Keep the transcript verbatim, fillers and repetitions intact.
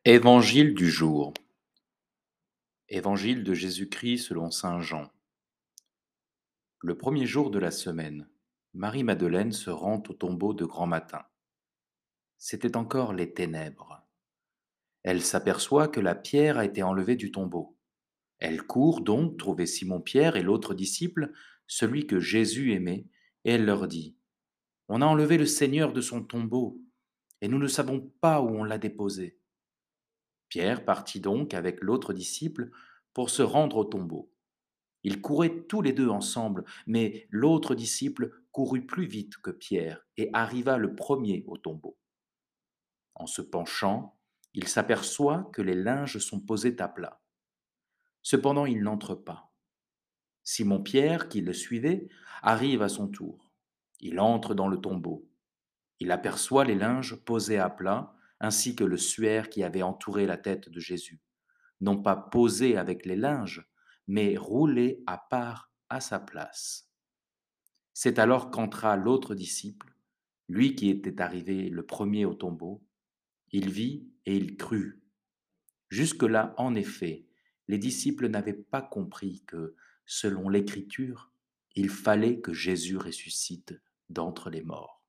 Évangile du jour. Évangile de Jésus-Christ selon saint Jean. Le premier jour de la semaine, Marie-Madeleine se rend au tombeau de grand matin. C'étaient encore les ténèbres. Elle s'aperçoit que la pierre a été enlevée du tombeau. Elle court donc trouver Simon-Pierre et l'autre disciple, celui que Jésus aimait, et elle leur dit: On a enlevé le Seigneur de son tombeau, et nous ne savons pas où on l'a déposé. Pierre partit donc avec l'autre disciple pour se rendre au tombeau. Ils couraient tous les deux ensemble, mais l'autre disciple courut plus vite que Pierre et arriva le premier au tombeau. En se penchant, il s'aperçoit que les linges sont posés à plat. Cependant, il n'entre pas. Simon-Pierre, qui le suivait, arrive à son tour. Il entre dans le tombeau. Il aperçoit les linges posés à plat, ainsi que le suaire qui avait entouré la tête de Jésus, non pas posé avec les linges, mais roulé à part à sa place. C'est alors qu'entra l'autre disciple, lui qui était arrivé le premier au tombeau. Il vit et il crut. Jusque-là, en effet, les disciples n'avaient pas compris que, selon l'Écriture, il fallait que Jésus ressuscite d'entre les morts.